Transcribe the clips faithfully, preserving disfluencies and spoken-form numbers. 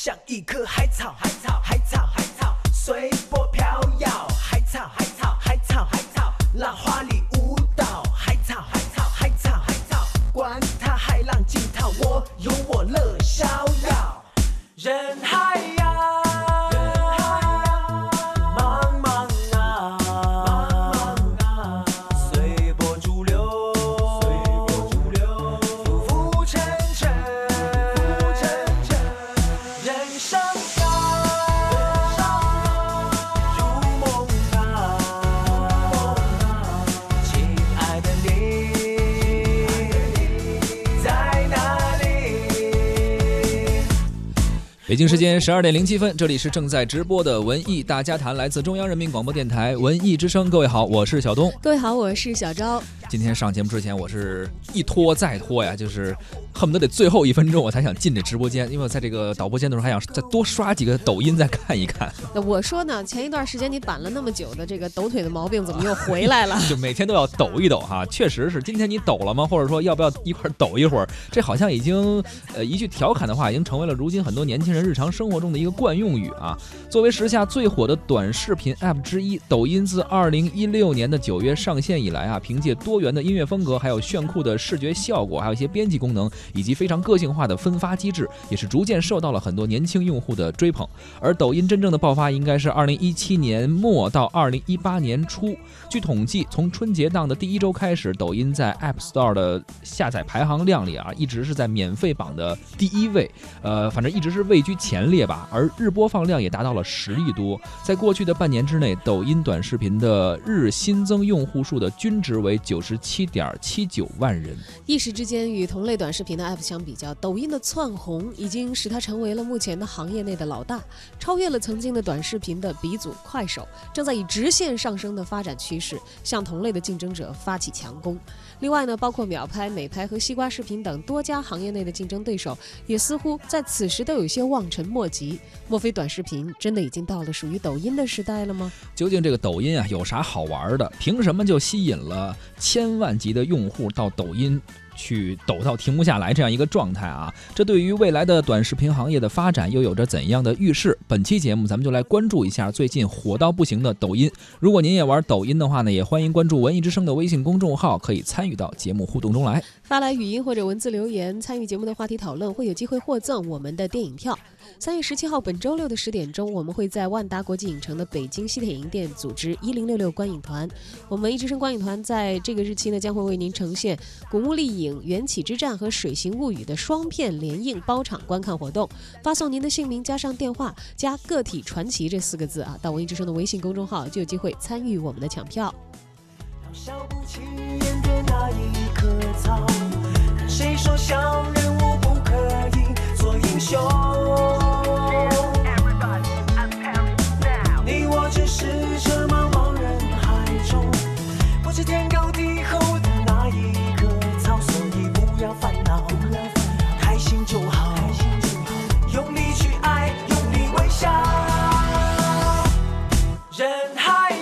像一棵海草，海草，海草，海草，随波飘摇。海草，海草，海草，海草，浪花里舞蹈。海草，海草，海草，海草，管它海浪惊涛，我有我乐逍遥。人海呀，茫茫啊，茫茫啊，随波逐流，随波逐流，浮浮沉沉，浮浮沉沉，人生啊，如梦啊，亲爱的你在哪里？ 北京时间十二点零七分，这里是正在直播的文艺大家谈，来自中央人民广播电台文艺之声。各位好，我是小东。 各位好，我是小昭。 今天上节目之前，我是一拖再拖呀，就是恨不得得最后一分钟我才想进这直播间，因为我在这个导播间的时候还想再多刷几个抖音再看一看。 那我说呢，前一段时间你板了那么久的这个抖腿的毛病怎么又回来了？ 就每天都要抖一抖哈，确实是。今天你抖了吗？或者说要不要一块抖一会儿？这好像已经呃一句调侃的话，已经成为了如今很多年轻人日常生活中的一个惯用语啊。作为时下最火的短视频 App 之一，抖音自二零一六年的九月上线以来啊，凭借多元的音乐风格，还有炫酷的视觉效果，还有一些编辑功能，以及非常个性化的分发机制，也是逐渐受到了很多年轻用户的追捧。而抖音真正的爆发应该是二零一七年末到二零一八年初。据统计，从春节档的第一周开始，抖音在 App Store 的下载排行量里啊，一直是在免费榜的第一位，呃，反正一直是位居前列吧。而日播放量也达到了十亿多。在过去的半年之内，抖音短视频的日新增用户数的均值为九十七点七九万人。 一时之间，与同类短视频的 App 相比较，抖音的窜红已经使它成为了目前的行业内的老大，超越了曾经的短视频的鼻祖快手，正在以直线上升的发展趋势向同类的竞争者发起强攻。另外呢，包括秒拍、美拍和西瓜视频等多家行业内的竞争对手，也似乎在此时都有些望尘莫及。莫非短视频真的已经到了属于抖音的时代了吗？ 究竟这个抖音啊有啥好玩的？凭什么就吸引了千万级的用户到抖音去抖到停不下来这样一个状态啊？这对于未来的短视频行业的发展又有着怎样的预示？本期节目咱们就来关注一下最近火到不行的抖音。如果您也玩抖音的话呢，也欢迎关注文艺之声的微信公众号，可以参与到节目互动中来， 发来语音或者文字留言参与节目的话题讨论，会有机会获赠我们的电影票。三月十七号本周六的十点钟，我们会在万达国际影城的北京西铁营店组织一零六六观影团。我们一之声观影团在这个日期呢，将会为您呈现《古墓丽影》、《缘起之战》和《水形物语》的双片联映包场观看活动。发送您的姓名加上电话加个体传奇这四个字啊，到文艺之声的微信公众号就有机会参与我们的抢票。 笑不起眼的那一棵草，看谁说小人物不可以做英雄？你我只是这茫茫人海中，不知天高地厚的那一棵草，所以不要烦恼，开心就好，用力去爱，用力微笑。人海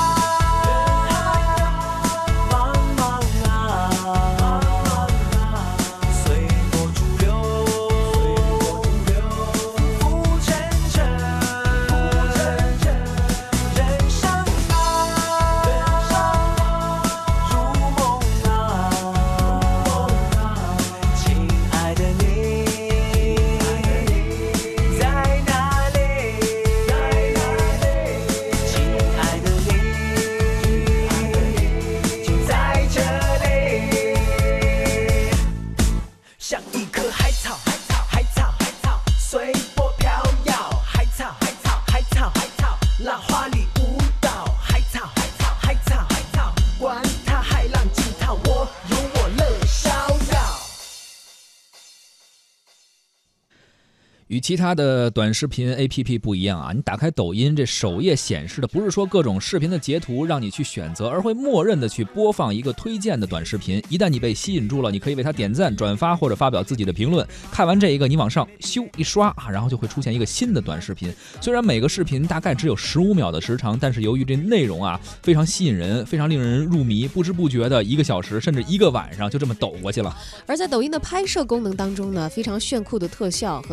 与其他的短视频 A P P 不一样啊，你打开抖音，这首页显示的不是说各种视频的截图让你去选择，而会默认的去播放一个推荐的短视频。一旦你被吸引住了，你可以为它点赞、转发或者发表自己的评论。看完这一个，你往上咻一刷啊，然后就会出现一个新的短视频。虽然每个视频大概只有十五秒的时长，但是由于这内容啊非常吸引人，非常令人入迷，不知不觉的一个小时甚至一个晚上就这么抖过去了。 而在抖音的拍摄功能当中呢，非常炫酷的特效和带感的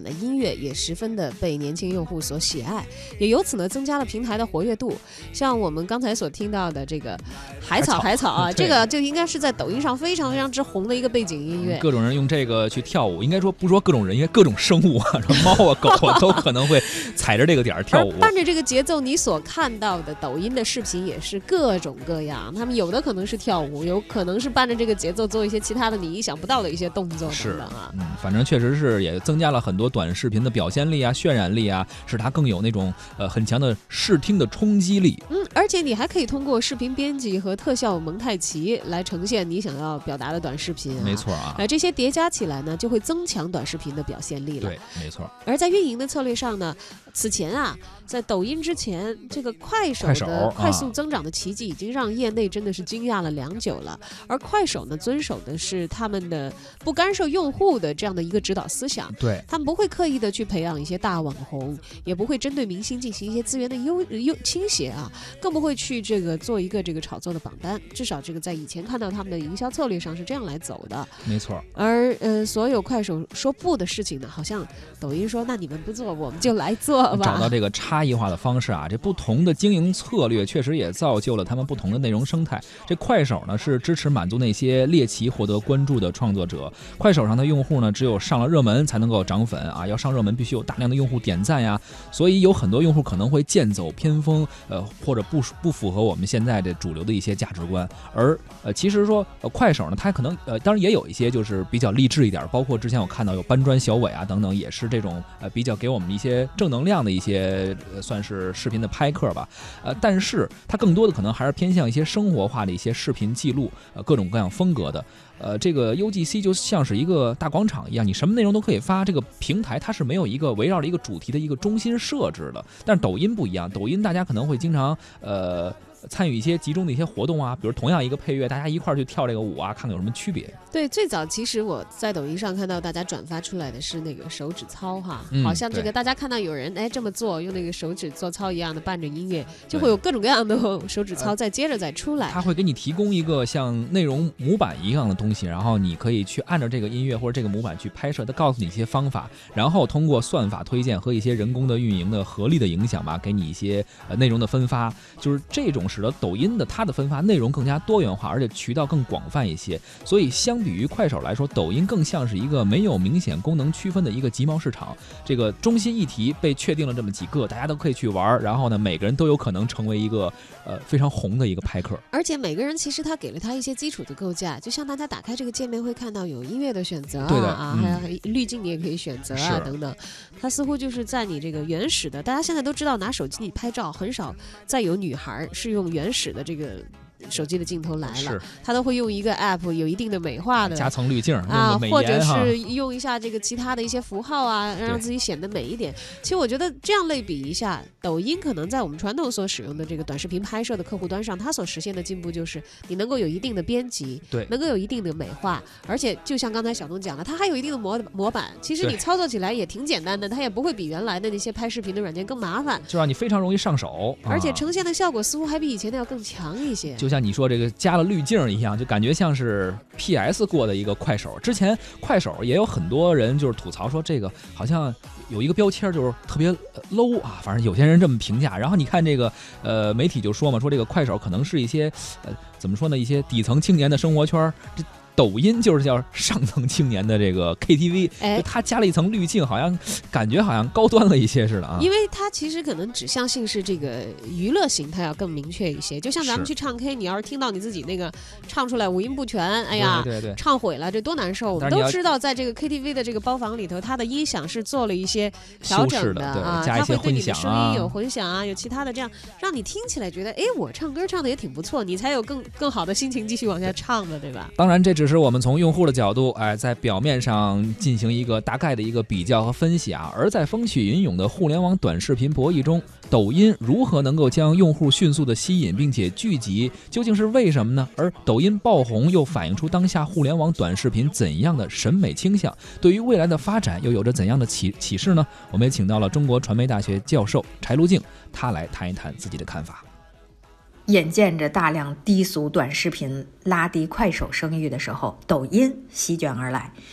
的音乐也十分的被年轻用户所喜爱，也由此呢增加了平台的活跃度。像我们刚才所听到的这个海草海草啊，这个就应该是在抖音上非常非常之红的一个背景音乐。 各种人用这个去跳舞，应该说不说各种人，应该各种生物啊，猫啊狗啊都可能会踩着这个点儿跳舞。 伴着这个节奏，你所看到的抖音的视频也是各种各样，他们有的可能是跳舞，有可能是伴着这个节奏做一些其他的你意想不到的一些动作等等啊。 嗯，反正确实是也增加了很多短视频的表现力啊、渲染力啊，使它更有那种呃很强的视听的冲击力。 嗯，而且你还可以通过视频编辑和特效蒙太奇来呈现你想要表达的短视频、啊。 没错啊， 呃，这些叠加起来呢，就会增强短视频的表现力了。 对，没错。 而在运营的策略上呢，此前啊，在抖音之前，这个快手的快速增长的奇迹已经让业内真的是惊讶了良久了。而快手呢，遵守的是他们的不干涉用户的这样的一个指导思想。 对， 他们不会刻意的去培养一些大网红，也不会针对明星进行一些资源的优优倾斜啊，更不会去这个做一个这个炒作的榜单。至少这个在以前看到他们的营销策略上是这样来走的。 没错。 而呃，所有快手说不的事情呢，好像抖音说那你们不做，我们就来做吧。 找到这个差异化的方式啊，这不同的经营策略确实也造就了他们不同的内容生态。这快手呢是支持满足那些猎奇获得关注的创作者，快手上的用户呢只有上了热门才能够涨粉啊，要上热门必须有大量的用户点赞呀，所以有很多用户可能会剑走偏锋，呃或者不不符合我们现在的主流的一些价值观。而呃其实说、呃、快手呢，它可能呃当然也有一些就是比较励志一点，包括之前我看到有搬砖小伟啊等等，也是这种呃比较给我们一些正能量的一些、呃、算是视频的拍客吧。呃但是它更多的可能还是偏向一些生活化的一些视频记录，呃各种各样风格的。呃，这个 U G C 就像是一个大广场一样，你什么内容都可以发。这个平台它是没有一个围绕着一个主题的一个中心设置的，但是抖音不一样，抖音大家可能会经常呃参与一些集中的一些活动啊，比如同样一个配乐，大家一块儿去跳这个舞啊，看看有什么区别。 对，最早其实我在抖音上看到大家转发出来的是那个手指操哈， 嗯、 好像这个大家看到有人哎这么做，用那个手指做操一样的伴着音乐，就会有各种各样的手指操再接着再出来。 他会给你提供一个像内容模板一样的东西，然后你可以去按照这个音乐或者这个模板去拍摄，他告诉你一些方法，然后通过算法推荐和一些人工的运营的合力的影响吧，给你一些呃内容的分发，就是这种使得抖音的它的分发内容更加多元化，而且渠道更广泛一些。所以相比于快手来说，抖音更像是一个没有明显功能区分的一个集贸市场。这个中心议题被确定了这么几个，大家都可以去玩，然后呢，每个人都有可能成为一个呃非常红的一个拍客。 而且每个人其实他给了他一些基础的构架，就像大家打开这个界面会看到有音乐的选择啊， 对的啊， 嗯、 还有滤镜你也可以选择啊等等。它似乎就是在你这个原始的，大家现在都知道拿手机你拍照很少再有女孩是用原始的这个手机的镜头来了，他都会用一个 app 有一定的美化的加层滤镜啊，或者是用一下这个其他的一些符号啊，让自己显得美一点。其实我觉得这样类比一下，抖音可能在我们传统所使用的这个短视频拍摄的客户端上，它所实现的进步就是你能够有一定的编辑， 对， 能够有一定的美化，而且就像刚才小东讲的，它还有一定的模模板。其实你操作起来也挺简单的，它也不会比原来的那些拍视频的软件更麻烦， 就让你非常容易上手， 而且呈现的效果似乎还比以前的要更强一些。 就像你说这个加了滤镜一样，就感觉像是 P S 过的一个快手。之前快手也有很多人就是吐槽说这个好像有一个标签就是特别 low 啊，反正有些人这么评价。然后你看这个呃媒体就说嘛，说这个快手可能是一些呃怎么说呢，一些底层青年的生活圈。这抖音就是叫上层青年的这个 K T V， 哎，它加了一层滤镜，好像感觉好像高端了一些似的啊。 因为它其实可能指向性是这个娱乐型，它要更明确一些。就像咱们去唱 K， 你要是听到你自己那个唱出来五音不全，哎呀， 对对对， 唱毁了，这多难受。我们都知道，在这个 K T V 的这个包房里头，它的音响是做了一些调整的啊， 加一些混响啊， 它会对你的声音有混响啊，有其他的这样，让你听起来觉得，哎，我唱歌唱的也挺不错，你才有更更好的心情继续往下唱的，对吧？ 当然，这只是我们从用户的角度，哎，在表面上进行一个大概的一个比较和分析啊。而在风起云涌的互联网短视频博弈中，抖音如何能够将用户迅速的吸引并且聚集，究竟是为什么呢？而抖音爆红又反映出当下互联网短视频怎样的审美倾向？对于未来的发展又有着怎样的启启示呢？我们也请到了中国传媒大学教授柴路静，他来谈一谈自己的看法。 眼见着大量低俗短视频拉低快手声誉的时候，抖音席卷而来。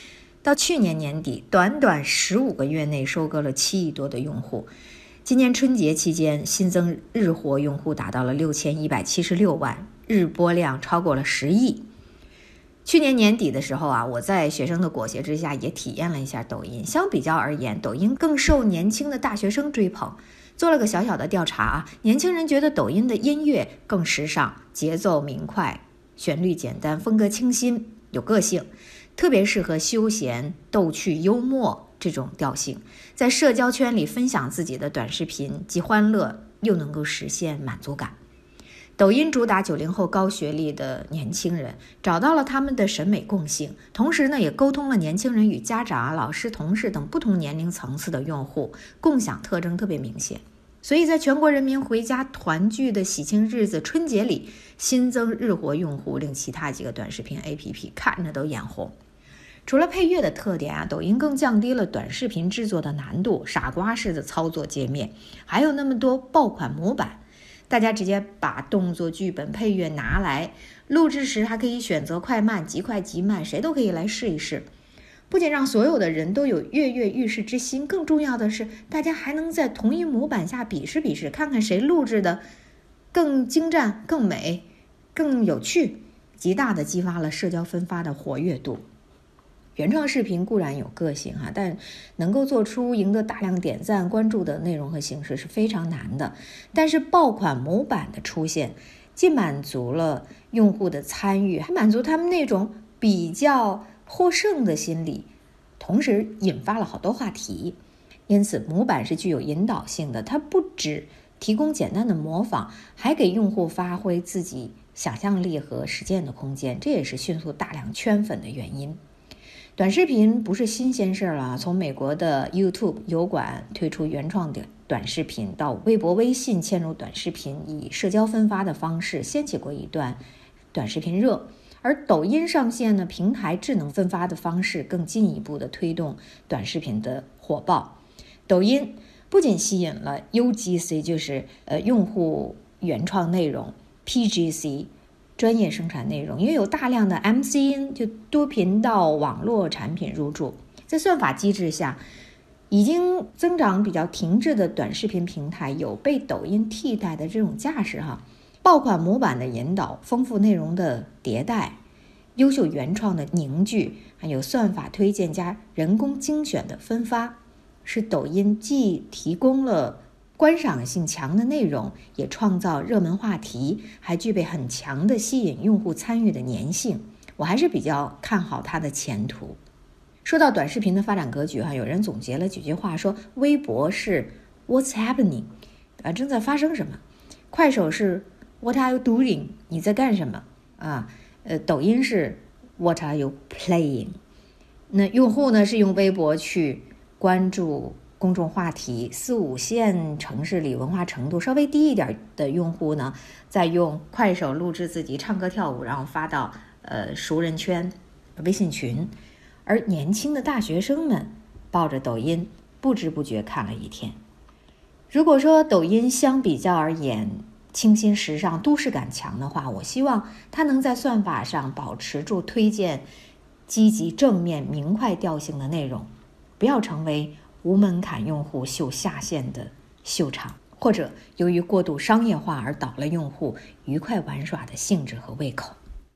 到去年年底，短短十五个月内收割了七亿多的用户。今年春节期间，新增日活用户达到了六千一百七十六万，日播量超过了十亿。去年年底的时候啊，我在学生的裹挟之下也体验了一下抖音。相比较而言，抖音更受年轻的大学生追捧。做了个小小的调查啊，年轻人觉得抖音的音乐更时尚，节奏明快，旋律简单，风格清新，有个性，特别适合休闲、逗趣、幽默这种调性。在社交圈里分享自己的短视频，既欢乐又能够实现满足感。抖音主打九零后高学历的年轻人，找到了他们的审美共性，同时呢，也沟通了年轻人与家长、老师、同事等不同年龄层次的用户，共享特征特别明显。所以在全国人民回家团聚的喜庆日子春节里，新增日活用户令其他几个短视频 A P P 看着都眼红。除了配乐的特点啊，抖音更降低了短视频制作的难度，傻瓜式的操作界面，还有那么多爆款模板。大家直接把动作剧本配乐拿来录制时，还可以选择快慢，极快极慢，谁都可以来试一试。不仅让所有的人都有跃跃欲试之心，更重要的是大家还能在同一模板下比试比试，看看谁录制的更精湛、更美、更有趣，极大的激发了社交分发的活跃度。原创视频固然有个性哈，但能够做出赢得大量点赞关注的内容和形式是非常难的。但是爆款模板的出现，既满足了用户的参与，还满足他们那种比较获胜的心理，同时引发了好多话题。因此模板是具有引导性的，它不只提供简单的模仿，还给用户发挥自己想象力和实践的空间，这也是迅速大量圈粉的原因。短视频不是新鲜事了，从美国的 YouTube 油管推出原创的短视频，到微博、微信嵌入短视频，以社交分发的方式掀起过一段短视频热。而抖音上线呢，平台智能分发的方式更进一步的推动短视频的火爆。抖音不仅吸引了 U G C， 就是呃用户原创内容 ，P G C。专业生产内容，也有大量的 M C N 就多频道网络产品入驻。在算法机制下，已经增长比较停滞的短视频平台有被抖音替代的这种架势哈。爆款模板的引导，丰富内容的迭代，优秀原创的凝聚，还有算法推荐加人工精选的分发，是抖音既提供了观赏性强的内容，也创造热门话题，还具备很强的吸引用户参与的粘性。我还是比较看好它的前途。说到短视频的发展格局哈，有人总结了几句话，说微博是 What's happening， 啊，正在发生什么；快手是 What are you doing， 你在干什么啊？呃，抖音是 What are you playing。那用户呢是用微博去关注公众话题，四五线城市里文化程度稍微低一点的用户呢，再用快手录制自己唱歌跳舞，然后发到呃熟人圈、微信群。而年轻的大学生们抱着抖音不知不觉看了一天。如果说抖音相比较而言清新时尚、都市感强的话，我希望它能在算法上保持住推荐积极、正面、明快调性的内容，不要成为无门槛用户秀下限的秀场，或者由于过度商业化而倒了用户愉快玩耍的兴致和胃口。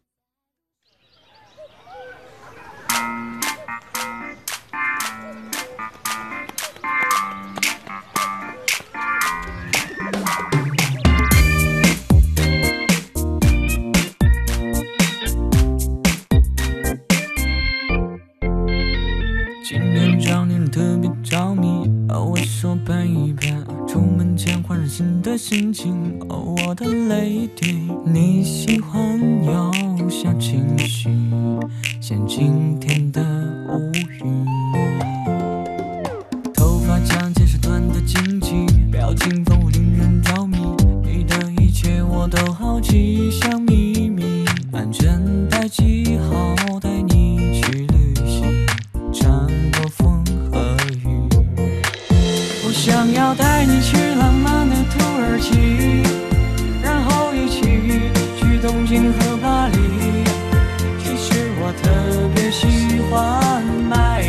今年找你特别着迷，哦，我说盼一盼，出门前焕然新的心情，哦，我的 lady， 你喜欢有小情绪，像今天的无语，头发长见识短的惊奇，表情丰富令人着迷，你的一切我都好奇，像秘密，安全带系好，带你去旅行，穿过风和雨，我想要带你去浪漫的土耳其，然后一起去东京和巴黎。其实我特别喜欢迈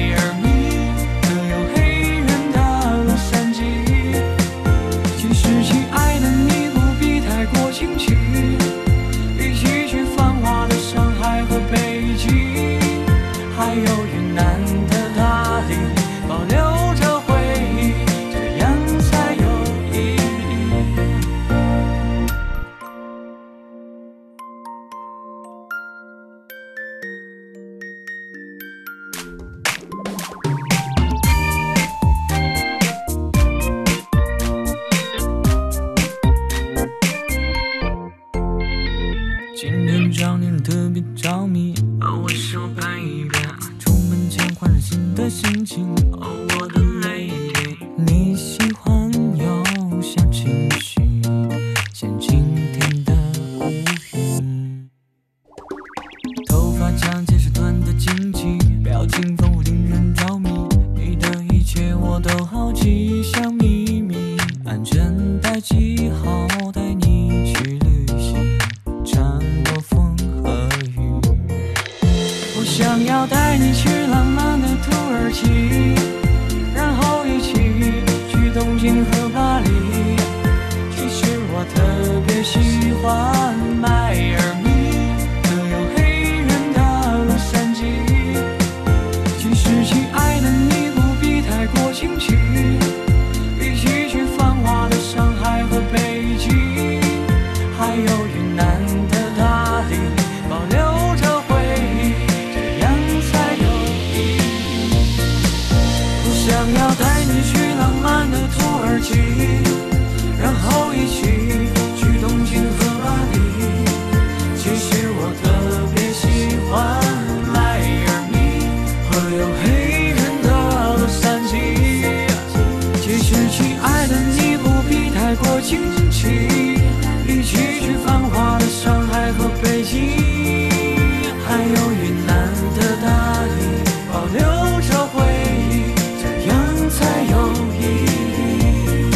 别着迷。哦，我手拍一遍，出门前换上新的心情。哦，我的 lady， 你喜欢有小情绪，像今天的乌云。头发长结实短的惊奇，表情丰富令人着迷。你的一切我都好奇，像秘密。安全带系好，带你去旅行，穿过风和雨。我想要带你去浪漫的土耳其，然后一起去东京和巴黎。其实我特别喜欢迈阿密和有黑人的洛杉矶。其实亲爱的你不必太过惊奇，一起去繁华的上海和北京，还有云南的大理，保留着回忆，这样才有意义。我想要带你去浪漫的土耳其，然后一起去东京和巴黎。其实我特别喜欢迈阿密和有黑人的洛杉矶。其实亲爱的你不必太过惊奇，一起去繁华的上海和北京，还有云南的大理，保留着回忆，这样才有意义。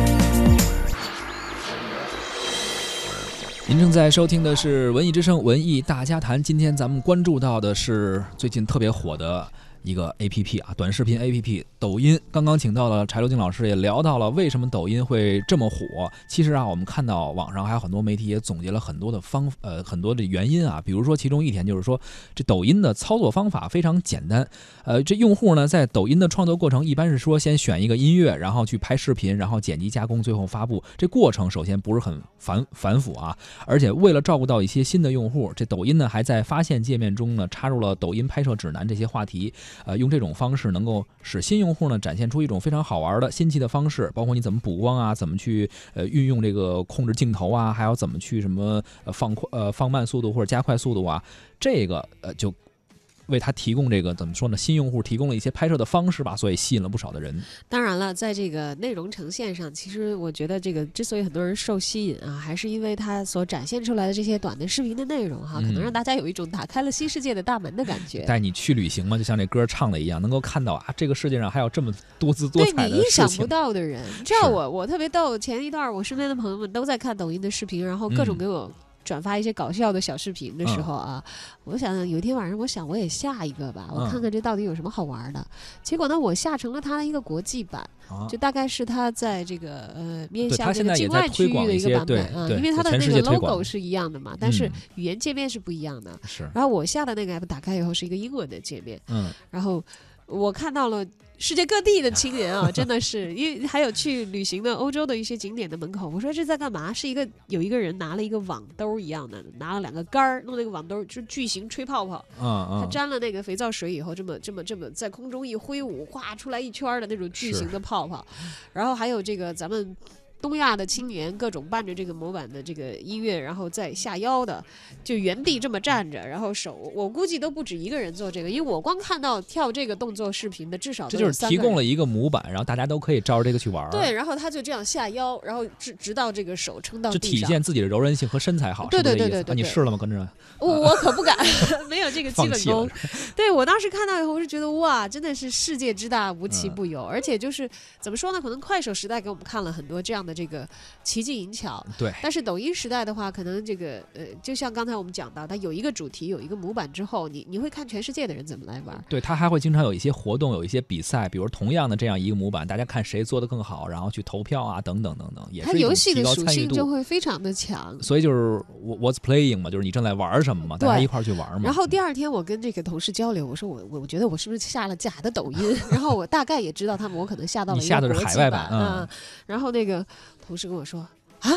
您正在收听的是文艺之声文艺大家谈，今天咱们关注到的是最近特别火的一个 A P P 啊，短视频 A P P 抖音。刚刚请到了柴刘静老师，也聊到了为什么抖音会这么火。其实啊，我们看到网上还有很多媒体也总结了很多的方呃很多的原因啊，比如说其中一点就是说，这抖音的操作方法非常简单。呃，这用户呢在抖音的创作过程一般是说先选一个音乐，然后去拍视频，然后剪辑加工，最后发布。这过程首先不是很繁繁复啊，而且为了照顾到一些新的用户，这抖音呢还在发现界面中呢插入了抖音拍摄指南这些话题。呃，用这种方式能够使新用户呢展现出一种非常好玩的新奇的方式，包括你怎么补光啊，怎么去呃运用这个控制镜头啊，还有怎么去什么呃放快呃放慢速度或者加快速度啊，这个呃就为他提供这个怎么说呢？新用户提供了一些拍摄的方式吧，所以吸引了不少的人。 当然了，在这个内容呈现上，其实我觉得这个之所以很多人受吸引啊，还是因为它所展现出来的这些短的视频的内容哈， 嗯、 可能让大家有一种打开了新世界的大门的感觉。 带你去旅行嘛，就像这歌唱的一样，能够看到啊，这个世界上还有这么多姿多彩的事情。 对你意想不到的人，你知道我我特别逗，前一段我身边的朋友们都在看抖音的视频，然后各种给我、嗯转发一些搞笑的小视频的时候啊，嗯、我想有一天晚上，我想我也下一个吧，我看看这到底有什么好玩的。嗯、结果呢，我下成了它的一个国际版，啊、就大概是它在这个呃面向这个境外区域的一个版本啊，因为它的那个 logo 是一样的嘛，但是语言界面是不一样的。是、嗯。然后我下的那个 app 打开以后是一个英文的界面，嗯，然后我看到了世界各地的青年啊，真的是，因为还有去旅行的欧洲的一些景点的门口，我说这在干嘛？是一个有一个人拿了一个网兜一样的，拿了两个杆儿，弄那个网兜就是巨型吹泡泡，嗯嗯，他沾了那个肥皂水以后，这么这么这么在空中一挥舞，哗出来一圈的那种巨型的泡泡，然后还有这个咱们东亚的青年各种伴着这个模板的这个音乐，然后再下腰的，就原地这么站着，然后手，我估计都不止一个人做这个，因为我光看到跳这个动作视频的至少都有三个人。这就是提供了一个模板，然后大家都可以照着这个去玩。 对，然后他就这样下腰，然后直直到这个手撑到地上， 就体现自己的柔韧性和身材好。 对对对对 对, 对、 啊。你试了吗？跟着？ 我我可不敢，没有这个基本功。对，我当时看到以后，我是觉得哇，真的是世界之大无奇不有，嗯、而且就是怎么说呢？可能快手时代给我们看了很多这样的这个奇技淫巧， 对。 但是抖音时代的话，可能这个呃，就像刚才我们讲到，它有一个主题，有一个模板之后，你你会看全世界的人怎么来玩。 对，它还会经常有一些活动，有一些比赛，比如同样的这样一个模板，大家看谁做得更好，然后去投票啊，等等等等，也是一种提高参与度。它游戏的属性就会非常的强。 所以就是 what's playing 嘛，就是你正在玩什么嘛，大家一块儿去玩嘛。 然后第二天我跟这个同事交流，我说我我我觉得我是不是下了假的抖音？然后我大概也知道他们，我可能下到了一个国际版。 你下的是海外版啊、嗯。然后那个同事跟我说啊。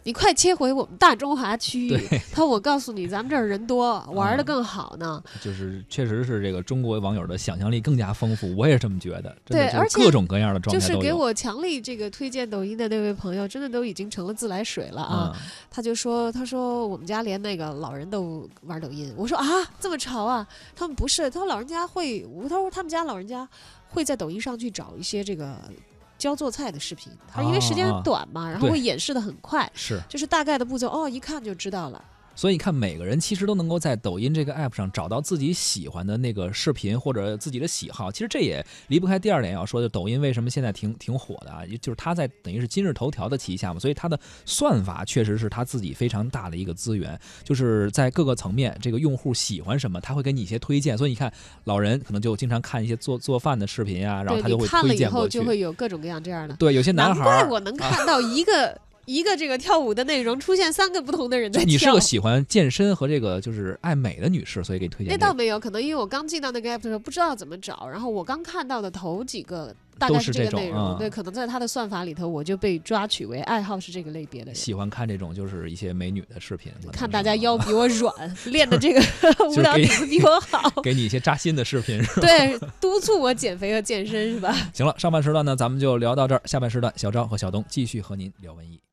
你快切回我们大中华区域。他说我告诉你，咱们这儿人多，玩的更好呢。 嗯、就是确实是这个中国网友的想象力更加丰富，我也这么觉得。 对，而且各种各样的状态都有。 就是给我强力这个推荐抖音的那位朋友，真的都已经成了自来水了啊！嗯、他就说，他说我们家连那个老人都玩抖音。我说啊，这么潮啊？他们不是，他说老人家会，他说他们家老人家会在抖音上去找一些这个。教做菜的视频，他因为时间很短嘛， 啊、 然后会演示的很快， 是就是大概的步骤哦，一看就知道了。 所以你看，每个人其实都能够在抖音这个 app 上找到自己喜欢的那个视频或者自己的喜好。其实这也离不开第二点要说的，抖音为什么现在挺挺火的啊？就是它在等于是今日头条的旗下嘛，所以它的算法确实是它自己非常大的一个资源，就是在各个层面，这个用户喜欢什么，他会给你一些推荐。所以你看，老人可能就经常看一些做做饭的视频啊，然后他就会推荐过去。 看了以后就会有各种各样这样的。 对，有些男孩， 难怪我能看到一个。啊一个这个跳舞的内容出现三个不同的人在跳。 你是个喜欢健身和这个就是爱美的女士，所以给你推荐、这个。 那倒没有，可能因为我刚进到那个 app 的时候不知道怎么找，然后我刚看到的头几个大概是这个内容， 嗯、 对，可能在它的算法里头我就被抓取为爱好是这个类别的人， 喜欢看这种就是一些美女的视频， 看大家腰比我软，练的这个舞蹈底子比我好， 给你一些扎心的视频，是吧？ 对，督促我减肥和健身，是吧？ 行了，上半时段呢咱们就聊到这儿，下半时段小昭和小东继续和您聊文艺。